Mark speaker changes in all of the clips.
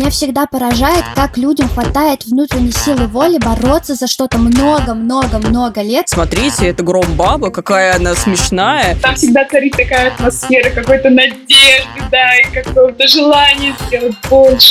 Speaker 1: Меня всегда поражает, как людям хватает внутренней силы воли бороться за что-то много-много-много лет.
Speaker 2: Смотрите, это Громбаба, какая она смешная.
Speaker 3: Там всегда царит такая атмосфера какой-то надежды, да, и какого-то желания сделать больше.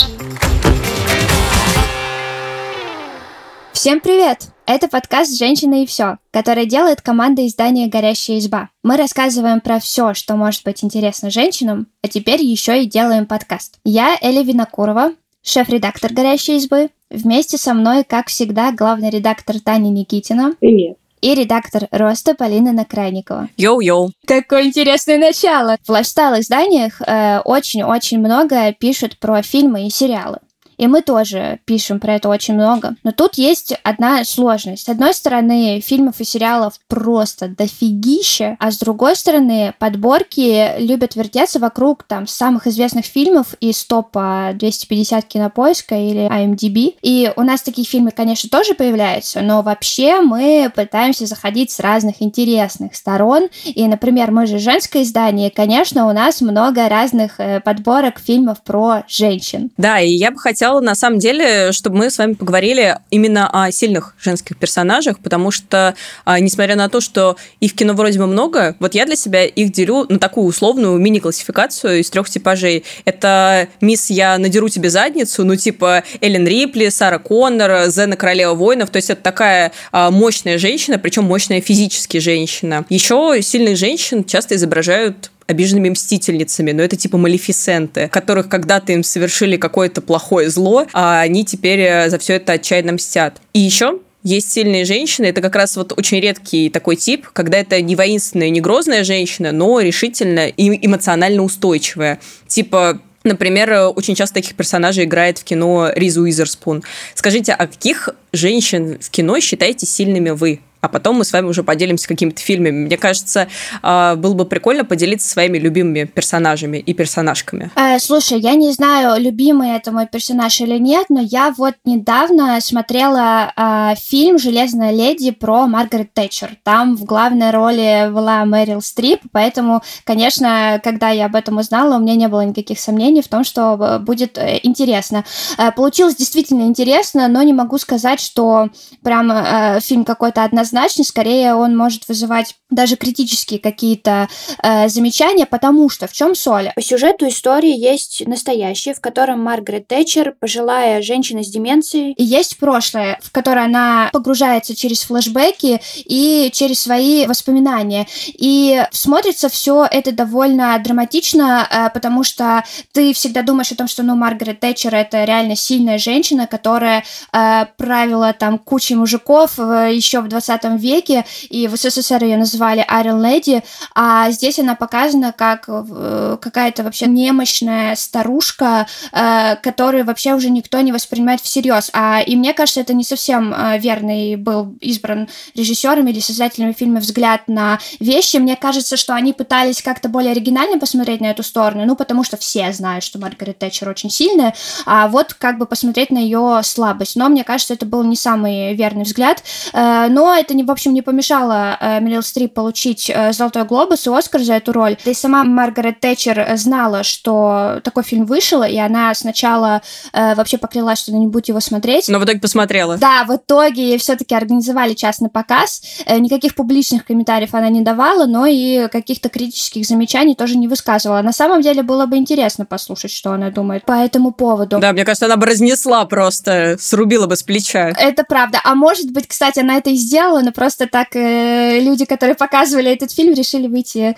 Speaker 1: Всем привет! Это подкаст «Женщина и все», который делает команда издания «Горящая изба». Мы рассказываем про все, что может быть интересно женщинам, а теперь еще и делаем подкаст. Я Эля Винокурова, шеф-редактор «Горящей избы». Вместе со мной, как всегда, главный редактор Таня Никитина.
Speaker 3: Привет.
Speaker 1: И редактор «Роста» Полина Накрайникова.
Speaker 2: Йоу-йоу.
Speaker 1: Какое интересное начало! В лайфстайл-изданиях очень-очень много пишут про фильмы и сериалы. И мы тоже пишем про это очень много. Но тут есть одна сложность. С одной стороны, фильмов и сериалов просто дофигища, а с другой стороны, подборки любят вертеться вокруг там самых известных фильмов из топа 250 Кинопоиска или IMDb. И у нас такие фильмы, конечно, тоже появляются, но вообще мы пытаемся заходить с разных интересных сторон. И, например, мы же женское издание, и, конечно, у нас много разных подборок фильмов про женщин.
Speaker 2: Да, и я бы хотела на самом деле, чтобы мы с вами поговорили именно о сильных женских персонажах, потому что, несмотря на то, что их в кино вроде бы много, вот я для себя их делю на такую условную мини-классификацию из 3 типажей. Это «Мисс, я надеру тебе задницу», ну типа Эллен Рипли, Сара Коннор, Зена Королева воинов, то есть это такая мощная женщина, причем мощная физически женщина. Еще сильных женщин часто изображают обиженными мстительницами, но это типа Малефисенты, которых когда-то им совершили какое-то плохое зло, а они теперь за все это отчаянно мстят. И еще есть сильные женщины, это как раз вот очень редкий такой тип, когда это не воинственная, не грозная женщина, но решительно и эмоционально устойчивая. Типа, например, очень часто таких персонажей играет в кино Риз Уизерспун. Скажите, а каких женщин в кино считаете сильными вы? А потом мы с вами уже поделимся какими-то фильмами. Мне кажется, было бы прикольно поделиться своими любимыми персонажами и персонажками.
Speaker 1: Слушай, я не знаю, любимый это мой персонаж или нет, но я вот недавно смотрела фильм «Железная леди» про Маргарет Тэтчер. Там в главной роли была Мэрил Стрип, поэтому, конечно, когда я об этом узнала, у меня не было никаких сомнений в том, что будет интересно. Получилось действительно интересно, но не могу сказать, что прям фильм какой-то однозначный. Скорее, он может вызывать даже критические какие-то замечания, потому что в чем соль? По сюжету истории есть настоящее, в котором Маргарет Тэтчер, пожилая женщина с деменцией, и есть прошлое, в которое она погружается через флешбеки и через свои воспоминания. И смотрится все это довольно драматично, потому что ты всегда думаешь о том, что, Маргарет Тэтчер — это реально сильная женщина, которая правила там кучей мужиков еще в 20 веке, и в СССР ее называли Iron Lady, а здесь она показана как какая-то вообще немощная старушка, которую вообще уже никто не воспринимает всерьез. И мне кажется, это не совсем верный был избран режиссерами или создателями фильма взгляд на вещи. Мне кажется, что они пытались как-то более оригинально посмотреть на эту сторону, потому что все знают, что Маргарет Тэтчер очень сильная, а вот как бы посмотреть на ее слабость. Но мне кажется, это был не самый верный взгляд. Но это, в общем, не помешало Мэрил Стрип получить «Золотой глобус» и «Оскар» за эту роль. Да и сама Маргарет Тэтчер знала, что такой фильм вышел, и она сначала вообще поклялась, что она не будет его смотреть.
Speaker 2: Но в итоге посмотрела.
Speaker 1: Да, в итоге все-таки организовали частный показ. Никаких публичных комментариев она не давала, но и каких-то критических замечаний тоже не высказывала. На самом деле было бы интересно послушать, что она думает по этому поводу.
Speaker 2: Да, мне кажется, она бы разнесла просто, срубила бы с плеча.
Speaker 1: Это правда. А может быть, кстати, она это и сделала, но просто так люди, которые показывали этот фильм, решили выйти...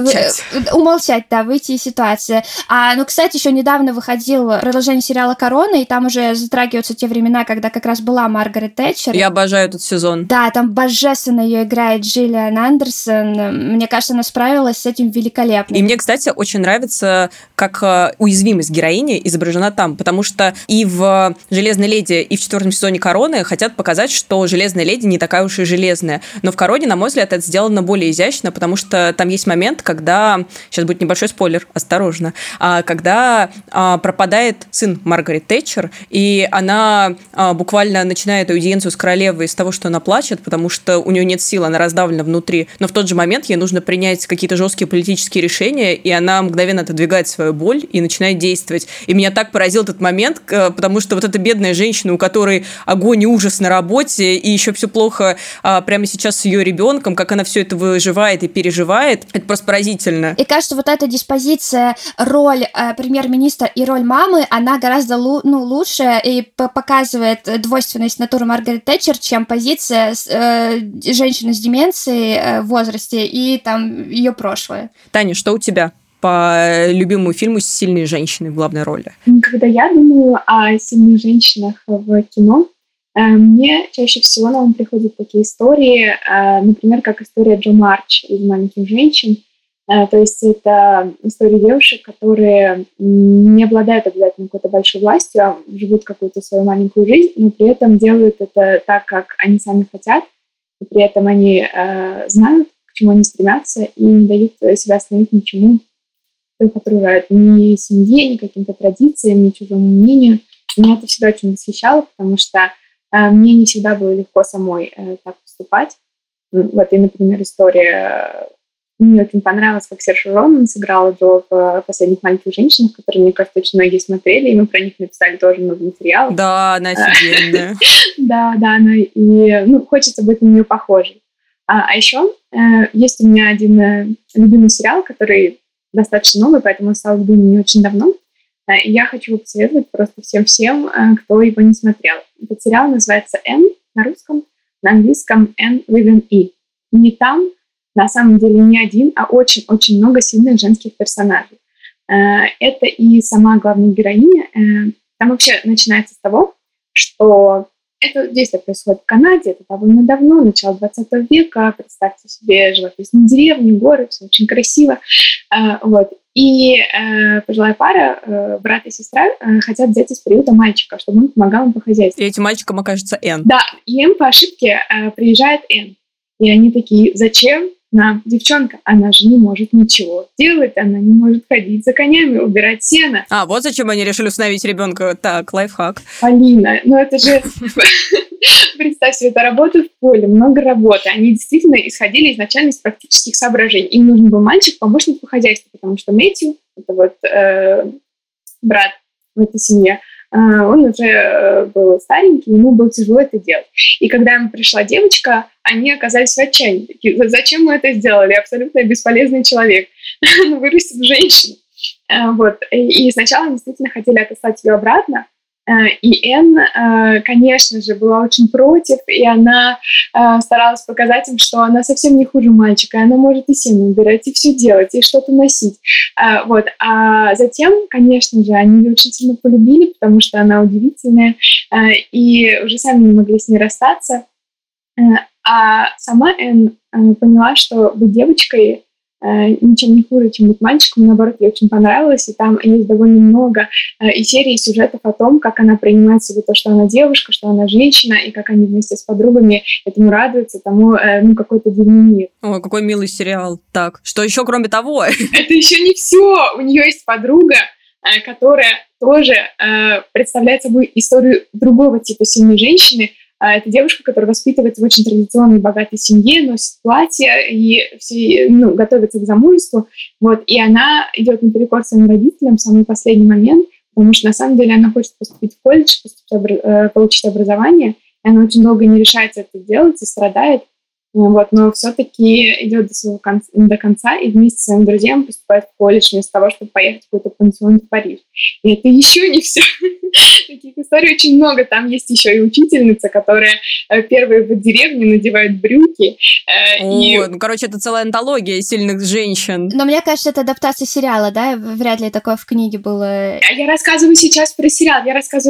Speaker 1: Умолчать, да, выйти из ситуации. Кстати, еще недавно выходил продолжение сериала «Корона», и там уже затрагиваются те времена, когда как раз была Маргарет Тэтчер.
Speaker 2: Я обожаю этот сезон.
Speaker 1: Да, там божественно ее играет Джиллиан Андерсон. Мне кажется, она справилась с этим великолепно.
Speaker 2: И мне, кстати, очень нравится, как уязвимость героини изображена там, потому что и в «Железной леди», и в 4 сезоне «Короны» хотят показать, что Железная леди не такая уж и железная. Но в «Короне», на мой взгляд, это сделано более изящно, потому что там есть момент, когда, сейчас будет небольшой спойлер, осторожно, когда пропадает сын Маргарет Тэтчер, и она буквально начинает аудиенцию с королевой с того, что она плачет, потому что у нее нет сил, она раздавлена внутри. Но в тот же момент ей нужно принять какие-то жесткие политические решения, и она мгновенно отодвигает свою боль и начинает действовать. И меня так поразил этот момент, потому что вот эта бедная женщина, у которой огонь и ужас на работе, и еще все плохо прямо сейчас с ее ребенком, как она все это выживает и переживает, это просто поразительно.
Speaker 1: И кажется, вот эта диспозиция, роль премьер-министра и роль мамы, она гораздо лучше и показывает двойственность натуры Маргарет Тэтчер, чем позиция женщины с деменцией в возрасте и там ее прошлое.
Speaker 2: Таня, что у тебя по любимому фильму с сильной женщиной в главной роли?
Speaker 3: Когда я думаю о сильных женщинах в кино, мне чаще всего на ум приходят такие истории, например, как история Джо Марч из «Маленьких женщин». То есть это история девушек, которые не обладают обязательно какой-то большой властью, а живут какую-то свою маленькую жизнь, но при этом делают это так, как они сами хотят, и при этом они знают, к чему они стремятся, и не дают себя остановить ничему, что их окружает. Ни семье, ни каким-то традициям, ни чужому мнению. Меня это всегда очень восхищало, потому что мне не всегда было легко самой так поступать. Вот и, например, история... Мне очень понравилось, как Серж Ронан сыграла Джо в «Последних маленьких женщинах», которые, мне кажется, очень многие смотрели, и мы про них написали тоже много материалов.
Speaker 2: Да, она офигенная.
Speaker 3: Да, она и хочется быть на нее похожей. А еще есть у меня один любимый сериал, который достаточно новый, поэтому он стал любимым не очень давно. И я хочу его посоветовать просто всем, кто его не смотрел. Этот сериал называется «Энн» на русском, на английском «Энн with an E». Не там, на самом деле, не один, а очень-очень много сильных женских персонажей. Это и сама главная героиня. Там вообще начинается с того, что это действие происходит в Канаде, это довольно давно, начало 20 века. Представьте себе живописные деревни, горы, все очень красиво. Вот. И пожилая пара, брат и сестра, хотят взять из приюта мальчика, чтобы он помогал им по хозяйству.
Speaker 2: И этим мальчиком окажется Энн.
Speaker 3: Да, и им по ошибке приезжает Энн. И они такие: зачем нам девчонка? Она же не может ничего делать, она не может ходить за конями, убирать сено.
Speaker 2: Вот зачем они решили установить ребенка. Так, лайфхак.
Speaker 3: Полина, это же... Представь себе, это работа в поле, много работы. Они действительно исходили изначально из практических соображений. Им нужен был мальчик, помощник по хозяйству, потому что Мэтью, это вот брат в этой семье, он уже был старенький, ему было тяжело это делать. И когда ему пришла девочка, они оказались в отчаянии. Такие: зачем мы это сделали? Абсолютно бесполезный человек. Он вырастет в женщину. Вот. И сначала они действительно хотели отослать ее обратно. И Энн, конечно же, была очень против, и она старалась показать им, что она совсем не хуже мальчика, и она может и сено убирать, и все делать, и что-то носить. Вот. А затем, конечно же, они ее очень сильно полюбили, потому что она удивительная, и уже сами не могли с ней расстаться. А сама Энн поняла, что быть девочкой ничем не хуже, чем быть мальчиком. Наоборот, ей очень понравилось, и там есть довольно много и серий, и сюжетов о том, как она принимает себе то, что она девушка, что она женщина, и как они вместе с подругами этому радуются, тому какой-то дивный мир.
Speaker 2: Ой, какой милый сериал. Так, что еще кроме того?
Speaker 3: Это еще не все. У нее есть подруга, которая тоже представляет собой историю другого типа сильной женщины. Это девушка, которая воспитывается в очень традиционной, богатой семье, носит платье и готовится к замужеству. Вот, и она идет наперекор своим родителям в самый последний момент, потому что на самом деле она хочет поступить в колледж, получить образование, и она очень долго не решается это делать и страдает. Вот, но все-таки идет до конца и вместе с своими друзьями поступает в колледж вместо того, чтобы поехать в какой-то пансион в Париж. И это еще не все. Таких историй очень много. Там есть еще и учительница, которая первая в деревне надевает брюки.
Speaker 2: Это целая антология сильных женщин.
Speaker 1: Но мне кажется, это адаптация сериала, да? Вряд ли такое в книге было.
Speaker 3: Я рассказываю сейчас про сериал.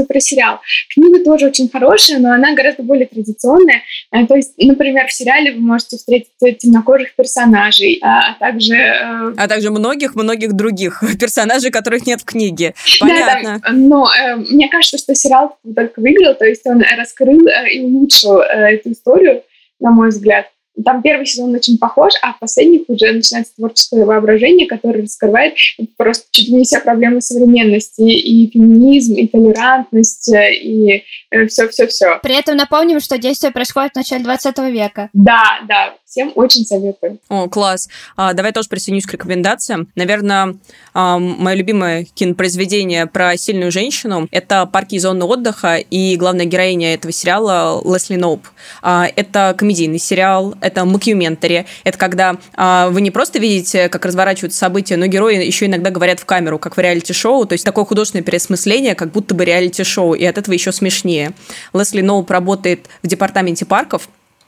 Speaker 3: Книга тоже очень хорошая, но она гораздо более традиционная. То есть, например, в сериале вы можете встретить темнокожих персонажей, а также
Speaker 2: многих других персонажей, которых нет в книге. Понятно.
Speaker 3: Да, но мне кажется, что сериал только выиграл, то есть он раскрыл и улучшил эту историю. на мой взгляд. Там первый сезон очень похож, а в последних уже начинается творческое воображение, которое раскрывает просто чуть ли не все проблемы современности, и феминизм, и толерантность, и все-все-все.
Speaker 1: При этом напомним, что действие происходит в начале 20 века.
Speaker 3: Да, всем очень советую.
Speaker 2: О, класс. Давай тоже присоединюсь к рекомендациям. Наверное, мое любимое кинопроизведение про сильную женщину – это «Парки и зоны отдыха», и главная героиня этого сериала Лесли Ноуп. Это комедийный сериал, это мокюментари. Это когда вы не просто видите, как разворачиваются события, но герои еще иногда говорят в камеру, как в реалити-шоу. То есть такое художественное переосмысление, как будто бы реалити-шоу, и от этого еще смешнее. Лесли Ноуп работает в департаменте парков,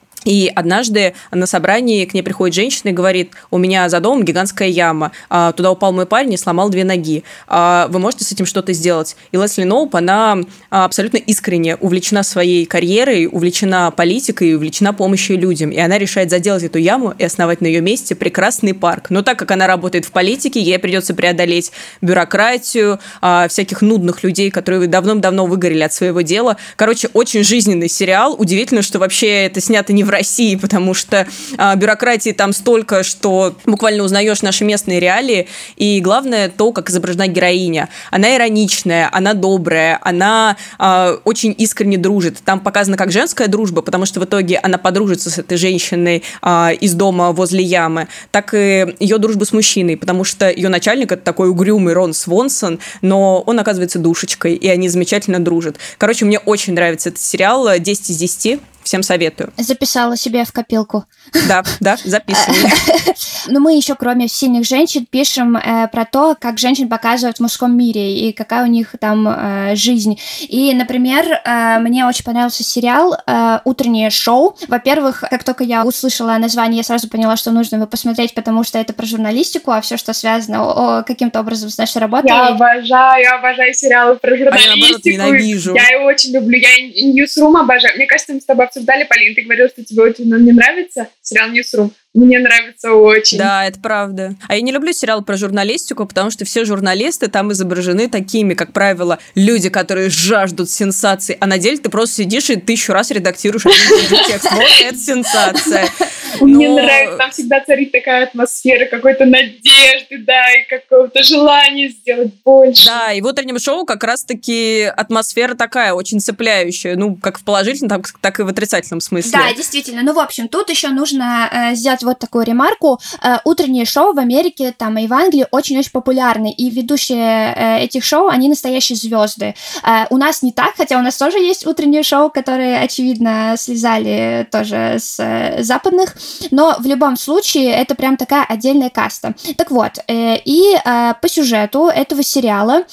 Speaker 2: и однажды на собрании к ней приходит женщина и говорит: у меня за домом гигантская яма, туда упал мой парень и сломал 2 ноги. Вы можете с этим что-то сделать? И Лесли Ноуп, она абсолютно искренне увлечена своей карьерой, увлечена политикой, увлечена помощью людям. И она решает заделать эту яму и основать на ее месте прекрасный парк. Но так как она работает в политике, ей придется преодолеть бюрократию, всяких нудных людей, которые давным-давно выгорели от своего дела. Короче, очень жизненный сериал. Удивительно, что вообще это снято не в России, потому что бюрократии там столько, что буквально узнаешь наши местные реалии. И главное то, как изображена героиня. Она ироничная, она добрая, она очень искренне дружит. Там показано как женская дружба, потому что в итоге она подружится с этой женщиной из дома возле ямы, так и ее дружба с мужчиной, потому что ее начальник — это такой угрюмый Рон Свонсон, но он оказывается душечкой, и они замечательно дружат. Короче, мне очень нравится этот сериал. 10 из 10. Всем советую.
Speaker 1: Записала себе в копилку.
Speaker 2: Да, записывай.
Speaker 1: Но мы еще, кроме сильных женщин, пишем про то, как женщин показывают в мужском мире и какая у них там жизнь. И, например, мне очень понравился сериал «Утреннее шоу». Во-первых, как только я услышала название, я сразу поняла, что нужно его посмотреть, потому что это про журналистику, а все, что связано каким-то образом с нашей работой.
Speaker 3: Я обожаю сериалы про журналистику.
Speaker 2: Я, наоборот, ненавижу.
Speaker 3: Я его очень люблю. Я Newsroom обожаю. Мне кажется, мы с тобой обсуждали, Полин, ты говорила, что тебе очень не нравится сериал Newsroom. Мне нравится очень.
Speaker 2: Да, это правда. А я не люблю сериал про журналистику, потому что все журналисты там изображены такими, как правило, люди, которые жаждут сенсаций, а на деле ты просто сидишь и 1000 раз редактируешь один и тот же текст. Вот это сенсация.
Speaker 3: Мне нравится, там всегда царит такая атмосфера какой-то надежды, да, и какого-то желания сделать больше.
Speaker 2: Да, и в утреннем шоу как раз-таки атмосфера такая, очень цепляющая, ну, как в положительном, так и в отрицательном смысле.
Speaker 1: Да, действительно. Ну, в общем, тут еще нужно сделать вот такую ремарку. Утренние шоу в Америке, там и в Англии очень-очень популярны, и ведущие этих шоу, они настоящие звезды. У нас не так, хотя у нас тоже есть утренние шоу, которые, очевидно, слезали тоже с западных, но в любом случае это прям такая отдельная каста. Так вот, и по сюжету этого сериала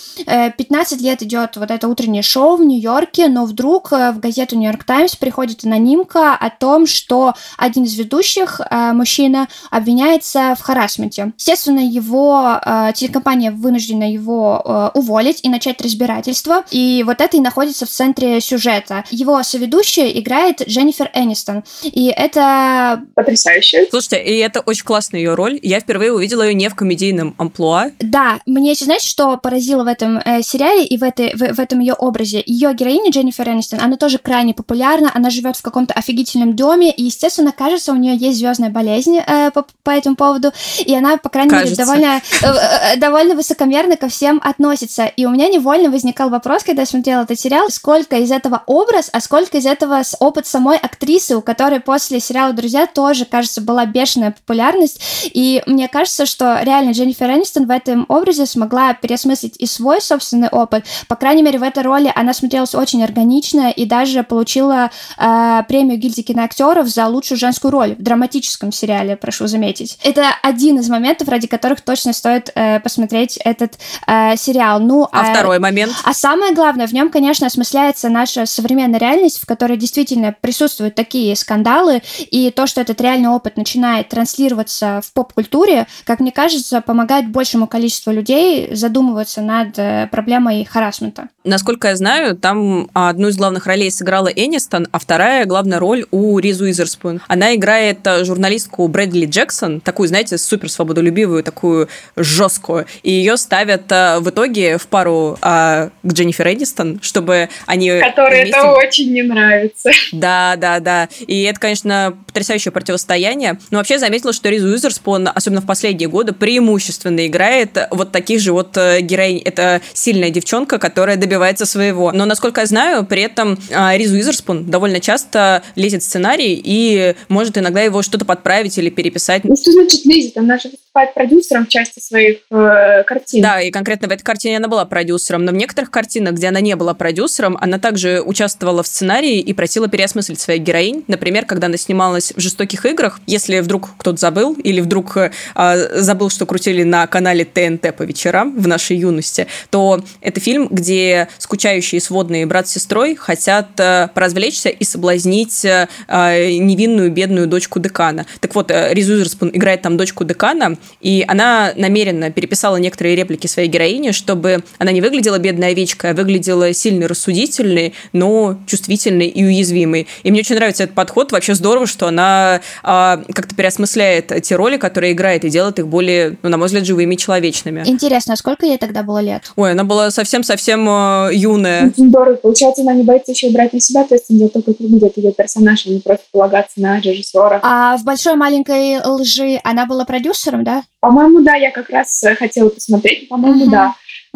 Speaker 1: 15 лет идет вот это утреннее шоу в Нью-Йорке, но вдруг в газету «Нью-Йорк Таймс» приходит анонимка о том, что один из ведущих, мужчина, обвиняется в харассменте. Естественно, его телекомпания вынуждена его уволить и начать разбирательство, и вот это и находится в центре сюжета. Его соведущая играет Дженнифер Энистон, и это...
Speaker 3: Потрясающе.
Speaker 2: Слушайте, и это очень классная ее роль. Я впервые увидела ее не в комедийном амплуа.
Speaker 1: Да, мне еще, знаете, что поразило в этом сериале и в этом ее образе? Ее героиня Дженнифер Энистон, она тоже крайне популярна, она живет в каком-то офигительном доме, и, естественно, кажется, у нее есть звездная болезнь по этому поводу, и она, по крайней мере, довольно высокомерно ко всем относится. И у меня невольно возникал вопрос, когда я смотрела этот сериал, сколько из этого образ, а сколько из этого опыт самой актрисы, у которой после сериала «Друзья» тоже, кажется, была бешеная популярность. И мне кажется, что реально Дженнифер Энистон в этом образе смогла переосмыслить и свой собственный опыт. По крайней мере, в этой роли она смотрелась очень органично и даже получила премию гильдии киноактеров за лучшую женскую роль в драматическом сериале, прошу заметить. Это один из моментов, ради которых точно стоит посмотреть этот сериал. Ну,
Speaker 2: второй момент?
Speaker 1: А самое главное, в нем, конечно, осмысляется наша современная реальность, в которой действительно присутствуют такие скандалы, и то, что этот реальный опыт начинает транслироваться в поп-культуре, как мне кажется, помогает большему количеству людей задумываться над проблемой харассмента.
Speaker 2: Насколько я знаю, там одну из главных ролей сыграла Энистон, а вторая главная роль у Риз Уизерспун. Она играет журналистку невестку Брэдли Джексон, такую, знаете, супер свободолюбивую, такую жесткую, и ее ставят в итоге в пару к Дженнифер Энистон, чтобы они...
Speaker 3: Которой вместе... это очень не нравится.
Speaker 2: Да. И это, конечно, потрясающее противостояние. Но вообще я заметила, что Риз Уизерспун, особенно в последние годы, преимущественно играет вот таких же вот героинь. Это сильная девчонка, которая добивается своего. Но, насколько я знаю, при этом Риз Уизерспун довольно часто лезет в сценарий и может иногда его что-то подправить или переписать.
Speaker 3: Ну, что значит лезет? Она же выступает продюсером в части своих картин.
Speaker 2: Да, и конкретно в этой картине она была продюсером, но в некоторых картинах, где она не была продюсером, она также участвовала в сценарии и просила переосмыслить своих героинь. Например, когда она снималась в «Жестоких играх», если вдруг кто-то забыл, или вдруг забыл, что крутили на канале ТНТ по вечерам в нашей юности, то это фильм, где скучающие сводные брат с сестрой хотят поразвлечься и соблазнить невинную бедную дочку декана. Так вот, Риз Уизерспун играет там дочку декана, и она намеренно переписала некоторые реплики своей героини, чтобы она не выглядела бедной овечкой, а выглядела сильной, рассудительной, но чувствительной и уязвимой. И мне очень нравится этот подход. Вообще здорово, что она как-то переосмысляет те роли, которые играет, и делает их более, на мой взгляд, живыми и человечными.
Speaker 1: Интересно, а сколько ей тогда было лет?
Speaker 2: Ой, она была совсем-совсем юная.
Speaker 3: Очень здорово. Получается, она не боится еще брать на себя ответственность за то, как выглядит ее персонаж, а не просто полагаться на режиссера.
Speaker 1: А в «Большой маленькой лжи» она была продюсером, да?
Speaker 3: По-моему, да, я как раз хотела посмотреть. По-моему, да.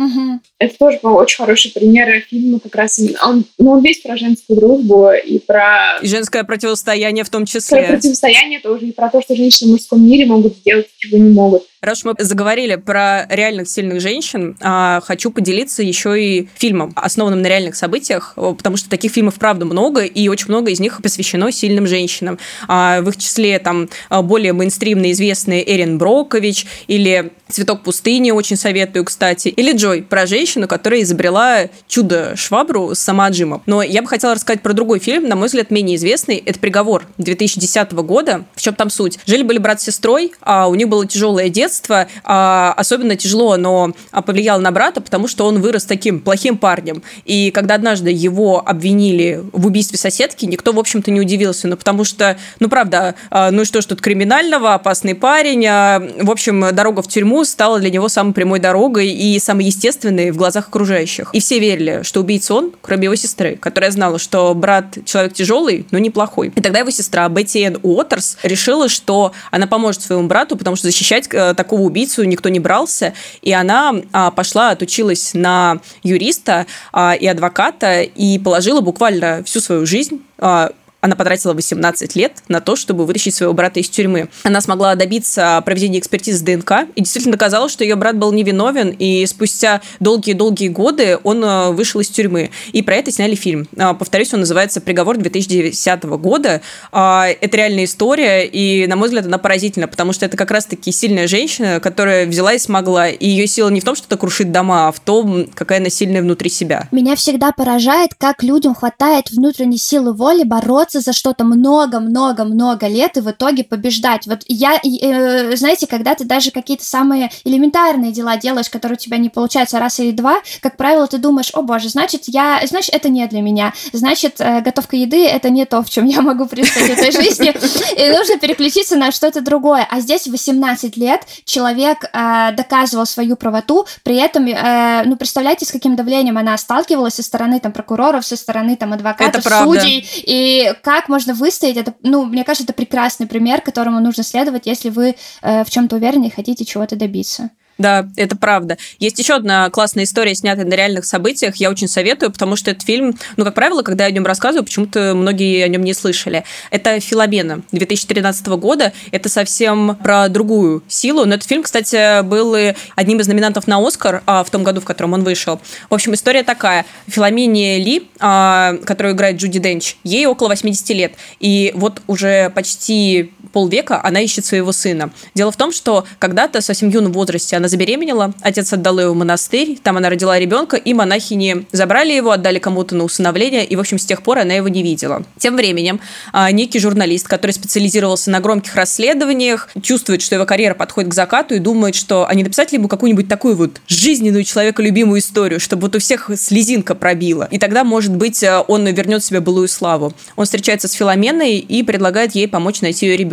Speaker 3: Это тоже очень хороший пример фильма, как раз он весь про женскую дружбу и про...
Speaker 2: И женское противостояние в том числе.
Speaker 3: Про противостояние тоже, и про то, что женщины в мужском мире могут сделать, чего не могут.
Speaker 2: Раз мы заговорили про реальных сильных женщин, хочу поделиться еще и фильмом, основанным на реальных событиях, потому что таких фильмов, правда, много, и очень много из них посвящено сильным женщинам. В их числе там более мейнстримно известные Эрин Брокович или «Цветок пустыни», очень советую, кстати, или «Джой», про женщину, которая изобрела чудо-швабру с самоотжимом. Но я бы хотела рассказать про другой фильм, на мой взгляд, менее известный. Это «Приговор» 2010 года. В чем там суть? Жили-были брат с сестрой, у них было тяжелое детство, особенно тяжело оно повлияло на брата, потому что он вырос таким плохим парнем. И когда однажды его обвинили в убийстве соседки, никто, в общем-то, не удивился. Ну, потому что, правда, и что ж тут криминального, опасный парень. В общем, дорога в тюрьму стала для него самой прямой дорогой и самой естественной в глазах окружающих. И все верили, что убийца он, кроме его сестры, которая знала, что брат человек тяжелый, но неплохой. И тогда его сестра Бетти Энн Уотерс решила, что она поможет своему брату, потому что защищать такого убийцу никто не брался. И она пошла, отучилась на юриста и адвоката и положила буквально всю свою жизнь. Она потратила 18 лет на то, чтобы вытащить своего брата из тюрьмы. Она смогла добиться проведения экспертизы ДНК и действительно доказала, что ее брат был невиновен, и спустя долгие-долгие годы он вышел из тюрьмы. И про это сняли фильм. Повторюсь, он называется «Приговор» 2010 года. Это реальная история, и, на мой взгляд, она поразительна, потому что это как раз-таки сильная женщина, которая взяла и смогла. И ее сила не в том, что это крушит дома, а в том, какая она сильная внутри себя.
Speaker 1: Меня всегда поражает, как людям хватает внутренней силы воли бороться за что-то много-много-много лет и в итоге побеждать. Вот я, знаете, когда ты даже какие-то самые элементарные дела делаешь, которые у тебя не получаются раз или два, как правило, ты думаешь: о боже, значит, это не для меня, значит, готовка еды — это не то, в чем я могу преуспеть в этой жизни, и нужно переключиться на что-то другое. А здесь 18 лет человек доказывал свою правоту, при этом, представляете, с каким давлением она сталкивалась со стороны там прокуроров, со стороны там адвокатов, судей, и как можно выстоять, это, мне кажется, это прекрасный пример, которому нужно следовать, если вы в чем-то уверены и хотите чего-то добиться.
Speaker 2: Да, это правда. Есть еще одна классная история, снятая на реальных событиях. Я очень советую, потому что этот фильм, как правило, когда я о нем рассказываю, почему-то многие о нем не слышали. Это «Филомена» 2013 года. Это совсем про другую силу. Но этот фильм, кстати, был одним из номинантов на «Оскар» в том году, в котором он вышел. В общем, история такая. Филомене Ли, которую играет Джуди Денч, ей около 80 лет. И вот уже почти полвека она ищет своего сына. Дело в том, что когда-то в совсем юном возрасте она забеременела, отец отдал ее в монастырь, там она родила ребенка, и монахини забрали его, отдали кому-то на усыновление, и, в общем, с тех пор она его не видела. Тем временем некий журналист, который специализировался на громких расследованиях, чувствует, что его карьера подходит к закату и думает, что не написать ли ему какую-нибудь такую вот жизненную, человеколюбимую историю, чтобы вот у всех слезинка пробила. И тогда, может быть, он вернет себе былую славу. Он встречается с Филоменой и предлагает ей помочь найти ее ребенка.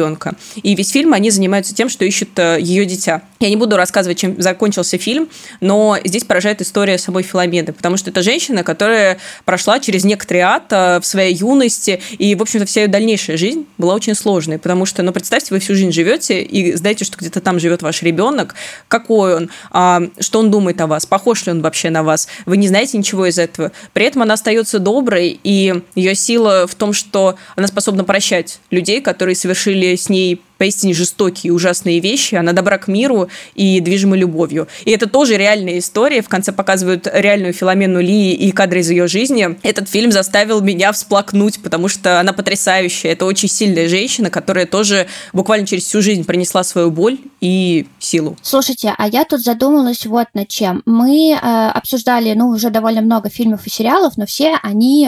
Speaker 2: ребенка. И весь фильм они занимаются тем, что ищут ее дитя. Я не буду рассказывать, чем закончился фильм, но здесь поражает история самой Филомены, потому что это женщина, которая прошла через некоторый ад в своей юности, и, в общем-то, вся ее дальнейшая жизнь была очень сложной, потому что, представьте, вы всю жизнь живете и знаете, что где-то там живет ваш ребенок, какой он, что он думает о вас, похож ли он вообще на вас, вы не знаете ничего из этого. При этом она остается доброй, и ее сила в том, что она способна прощать людей, которые совершили с ней поистине жестокие и ужасные вещи, она добра к миру и движима любовью. И это тоже реальная история. В конце показывают реальную Филомену Лии и кадры из ее жизни. Этот фильм заставил меня всплакнуть, потому что она потрясающая. Это очень сильная женщина, которая тоже буквально через всю жизнь принесла свою боль и силу.
Speaker 1: Слушайте, а я тут задумалась вот над чем. Мы обсуждали, уже довольно много фильмов и сериалов, но все они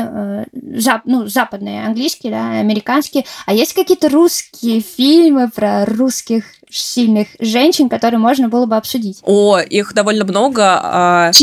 Speaker 1: западные, английские, да, американские. А есть какие-то русские фильмы про русских сильных женщин, которые можно было бы обсудить?
Speaker 2: Их довольно много.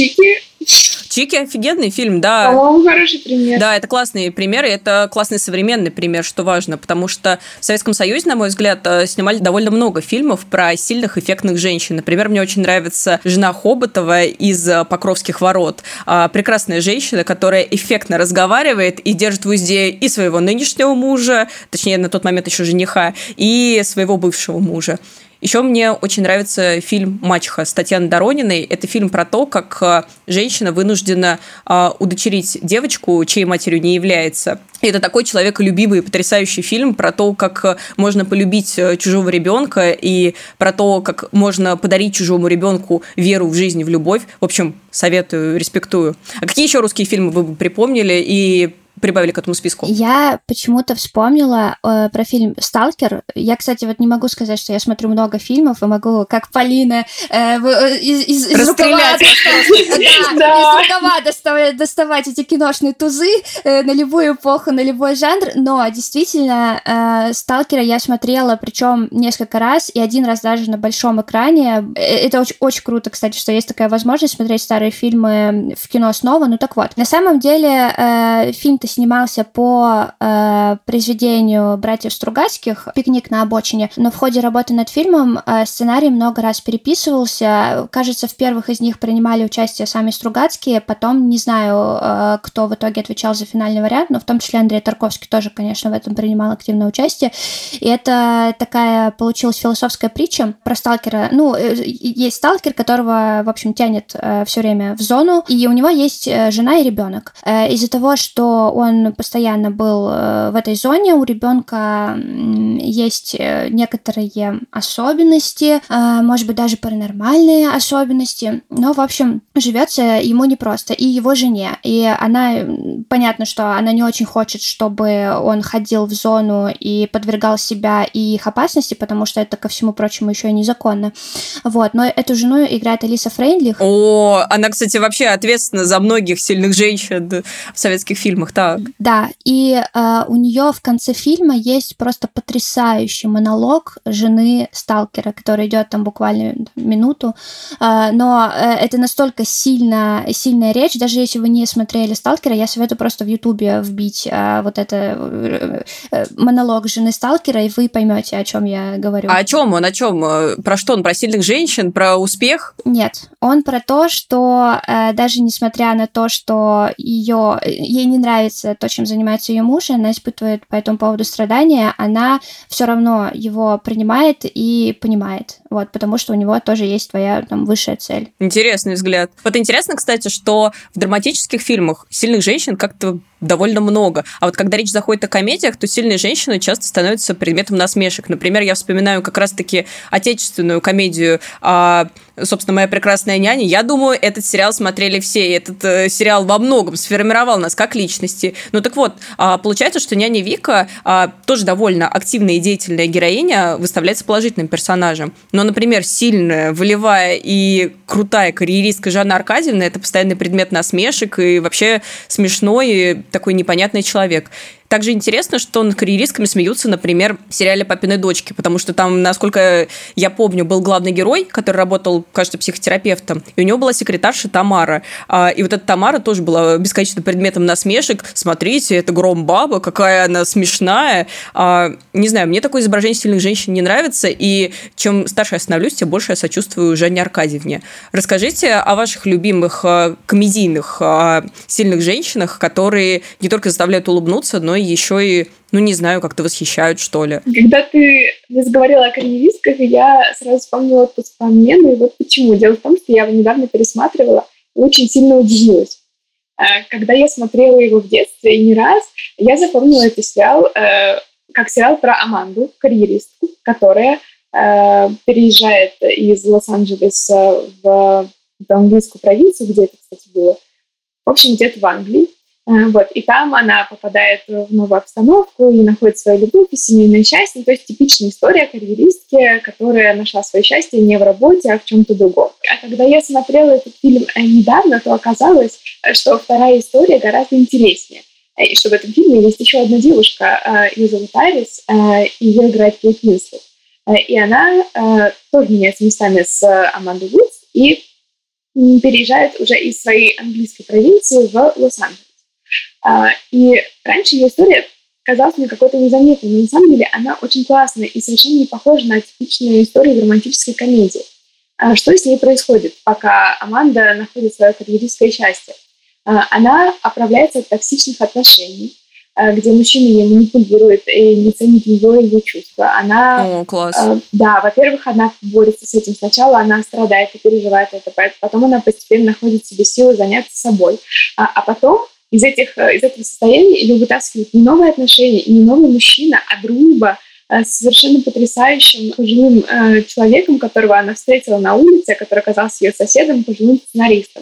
Speaker 2: Чики офигенный фильм, да.
Speaker 3: По-моему, хороший пример.
Speaker 2: Да, это классный пример, и это классный современный пример, что важно, потому что в Советском Союзе, на мой взгляд, снимали довольно много фильмов про сильных, эффектных женщин. Например, мне очень нравится жена Хоботова из «Покровских ворот». Прекрасная женщина, которая эффектно разговаривает и держит в узде и своего нынешнего мужа, точнее, на тот момент еще жениха, и своего бывшего мужа. Еще мне очень нравится фильм «Мачеха» с Татьяной Дорониной. Это фильм про то, как женщина вынуждена удочерить девочку, чьей матерью не является. И это такой человеколюбивый, потрясающий фильм про то, как можно полюбить чужого ребенка и про то, как можно подарить чужому ребенку веру в жизнь, в любовь. В общем, советую, респектую. А какие еще русские фильмы вы бы припомнили и прибавили к этому списку?
Speaker 1: Я почему-то вспомнила про фильм «Сталкер». Я, кстати, не могу сказать, что я смотрю много фильмов, и могу, как Полина, из рукава доставать эти киношные тузы на любую эпоху, на любой жанр, но действительно «Сталкера» я смотрела, причем несколько раз, и один раз даже на большом экране. Это очень, очень круто, кстати, что есть такая возможность смотреть старые фильмы в кино снова. Так вот, на самом деле фильм-то снимался по произведению братьев Стругацких «Пикник на обочине», но в ходе работы над фильмом сценарий много раз переписывался. Кажется, в первых из них принимали участие сами Стругацкие, потом не знаю, кто в итоге отвечал за финальный вариант, но в том числе Андрей Тарковский тоже, конечно, в этом принимал активное участие. И это такая получилась философская притча про сталкера. Есть сталкер, которого, в общем, тянет все время в зону, и у него есть жена и ребенок. Из-за того, что он постоянно был в этой зоне, у ребенка есть некоторые особенности, может быть, даже паранормальные особенности, но, в общем, живется ему непросто, и его жене. И она, понятно, что она не очень хочет, чтобы он ходил в зону и подвергал себя и их опасности, потому что это, ко всему прочему, еще и незаконно. Но эту жену играет Алиса Фрейндлих.
Speaker 2: Она, кстати, вообще ответственна за многих сильных женщин в советских фильмах, так.
Speaker 1: Да, и у нее в конце фильма есть просто потрясающий монолог жены сталкера, который идет там буквально минуту, но это настолько сильная речь, даже если вы не смотрели «Сталкера», я советую просто в Ютубе вбить это монолог жены сталкера, и вы поймете, о чем я говорю.
Speaker 2: А о чем он? О чем? Про что он? Про сильных женщин? Про успех?
Speaker 1: Нет, он про то, что даже несмотря на то, что ей не нравится то, чем занимается ее муж, и она испытывает по этому поводу страдания, она все равно его принимает и понимает, потому что у него тоже есть твоя высшая цель.
Speaker 2: Интересный взгляд. Интересно, кстати, что в драматических фильмах сильных женщин как-то довольно много. А когда речь заходит о комедиях, то сильные женщины часто становятся предметом насмешек. Например, я вспоминаю как раз-таки отечественную комедию, собственно, «Моя прекрасная няня». Я думаю, этот сериал смотрели все, и этот сериал во многом сформировал нас как личности. Получается, что няня Вика тоже довольно активная и деятельная героиня, выставляется положительным персонажем. Но, например, сильная, волевая и крутая карьеристка Жанна Аркадьевна – это постоянный предмет насмешек и вообще смешной и такой непонятный человек. Также интересно, что над карьеристками смеются, например, в сериале «Папины дочки», потому что там, насколько я помню, был главный герой, который работал, кажется, психотерапевтом, и у него была секретарша Тамара. И вот эта Тамара тоже была бесконечным предметом насмешек. Смотрите, это Громбаба, какая она смешная. Не знаю, мне такое изображение сильных женщин не нравится, и чем старше я становлюсь, тем больше я сочувствую Жанне Аркадьевне. Расскажите о ваших любимых комедийных сильных женщинах, которые не только заставляют улыбнуться, но и еще и, не знаю, как-то восхищают, что ли.
Speaker 3: Когда ты заговорила о карьеристках, я сразу вспомнила «Отпуск по обмену», и вот почему. Дело в том, что я его недавно пересматривала и очень сильно удивилась. Когда я смотрела его в детстве и не раз, я запомнила этот сериал как сериал про Аманду, карьеристку, которая переезжает из Лос-Анджелеса в английскую провинцию, где это, кстати, было. В общем, где-то в Англии. И там она попадает в новую обстановку и находит свою любовь и семейное счастье. То есть типичная история карьеристки, которая нашла свое счастье не в работе, а в чем-то другом. А когда я смотрела этот фильм недавно, то оказалось, что вторая история гораздо интереснее. И что в этом фильме есть еще одна девушка, ее зовут Айрис, ее играет Кейт Уинслет. И она тоже меняется местами с Амандой Вудс и переезжает уже из своей английской провинции в Лос-Анджелес. И раньше ее история казалась мне какой-то незаметной, но на самом деле она очень классная и совершенно не похожа на типичную историю в романтической комедии. Что с ней происходит, пока Аманда находит свое карьеристское счастье? Она оправляется от токсичных отношений, где мужчина ей манипулирует и не ценит ее чувства. Она,
Speaker 2: класс.
Speaker 3: Во-первых, она борется с этим. Сначала она страдает и переживает это, потом она постепенно находит в себе силы заняться собой. А потом из этого состояния ее вытаскивают не новые отношения, не новый мужчина, а дружба с совершенно потрясающим пожилым человеком, которого она встретила на улице, который оказался ее соседом, пожилым сценаристом.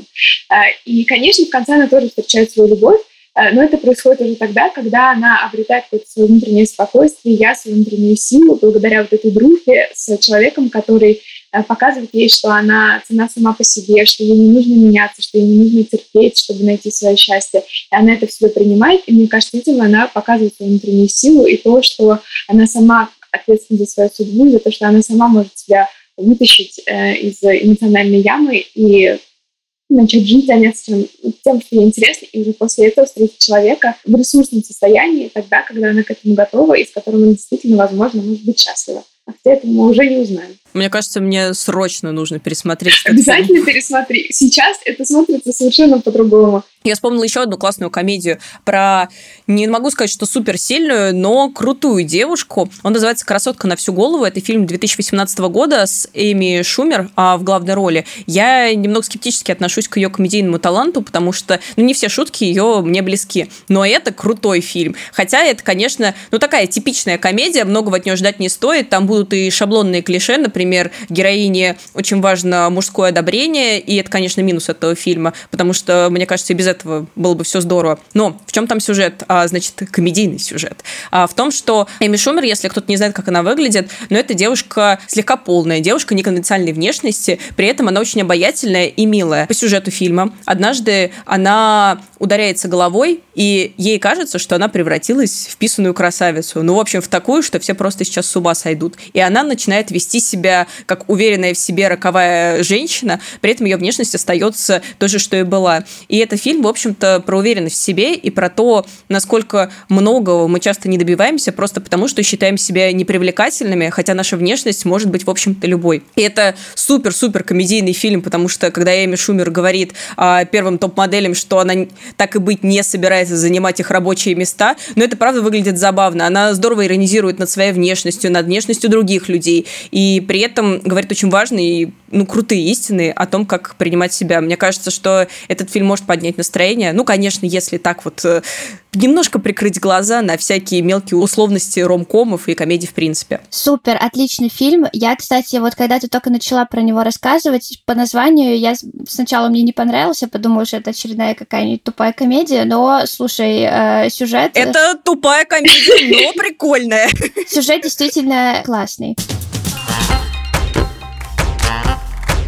Speaker 3: И, конечно, в конце она тоже встречает свою любовь, но это происходит уже тогда, когда она обретает какое-то свое внутреннее спокойствие, свою внутреннюю силу, благодаря вот этой дружбе с человеком, который показывает ей, что она ценна сама по себе, что ей не нужно меняться, что ей не нужно терпеть, чтобы найти свое счастье. И она это в себе принимает, и мне кажется, этим она показывает свою внутреннюю силу и то, что она сама ответственна за свою судьбу, за то, что она сама может себя вытащить из эмоциональной ямы и начать жить, заняться тем, что ей интересно, и уже после этого встретить человека в ресурсном состоянии, тогда, когда она к этому готова, и с которым она действительно, возможно, может быть счастлива. А хотя это мы уже не узнаем.
Speaker 2: Мне кажется, мне срочно нужно пересмотреть.
Speaker 3: Обязательно пересмотри. Сейчас это смотрится совершенно по-другому.
Speaker 2: Я вспомнила еще одну классную комедию про, не могу сказать, что суперсильную, но крутую девушку. Он называется «Красотка на всю голову». Это фильм 2018 года с Эми Шумер в главной роли. Я немного скептически отношусь к ее комедийному таланту, потому что не все шутки ее мне близки. Но это крутой фильм. Хотя это, конечно, такая типичная комедия, многого от нее ждать не стоит. Там будут и шаблонные клише, например, героине очень важно мужское одобрение, и это, конечно, минус этого фильма, потому что, мне кажется, и без этого было бы все здорово. Но в чем там сюжет? Значит, комедийный сюжет. В том, что Эми Шумер, если кто-то не знает, как она выглядит, но это девушка слегка полная, девушка неконвенциальной внешности, при этом она очень обаятельная и милая. По сюжету фильма однажды она ударяется головой, и ей кажется, что она превратилась в писаную красавицу. В общем, в такую, что все просто сейчас с ума сойдут. И она начинает вести себя как уверенная в себе роковая женщина, при этом ее внешность остается той же, что и была. И это фильм, в общем-то, про уверенность в себе и про то, насколько многого мы часто не добиваемся просто потому, что считаем себя непривлекательными, хотя наша внешность может быть, в общем-то, любой. И это супер-супер комедийный фильм, потому что, когда Эми Шумер говорит первым топ-моделям, что она так и быть не собирается занимать их рабочие места, но это правда выглядит забавно. Она здорово иронизирует над своей внешностью, над внешностью других людей, и при этом говорит очень важные и крутые истины о том, как принимать себя. Мне кажется, что этот фильм может поднять настроение. Конечно, если так немножко прикрыть глаза на всякие мелкие условности ромкомов и комедий в принципе.
Speaker 1: Супер, отличный фильм. Я, кстати, когда ты только начала про него рассказывать, по названию сначала мне не понравился, подумала, что это очередная какая-нибудь тупая комедия, но, слушай, сюжет...
Speaker 2: Это тупая комедия, но прикольная.
Speaker 1: Сюжет действительно классный.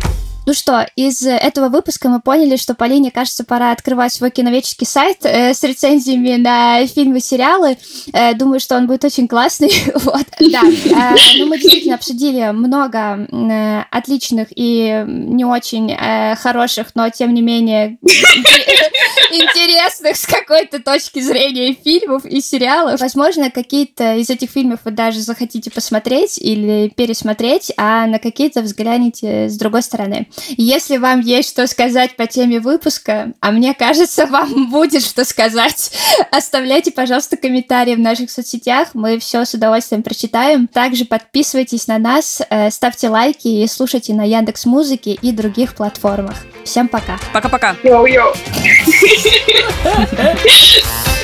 Speaker 1: Ну что, из этого выпуска мы поняли, что Полине, кажется, пора открывать свой киноведческий сайт с рецензиями на фильмы, сериалы. Думаю, что он будет очень классный. Вот, да. Ну, мы действительно обсудили много отличных и не очень хороших, но, тем не менее, интересных с какой-то точки зрения фильмов и сериалов. Возможно, какие-то из этих фильмов вы даже захотите посмотреть или пересмотреть, а на какие-то взглянете с другой стороны. Если вам есть что сказать по теме выпуска, а мне кажется, вам будет что сказать, оставляйте, пожалуйста, комментарии в наших соцсетях, мы все с удовольствием прочитаем. Также подписывайтесь на нас, ставьте лайки и слушайте на Яндекс.Музыке и других платформах. Всем пока.
Speaker 2: Пока-пока.
Speaker 3: Йоу-йоу.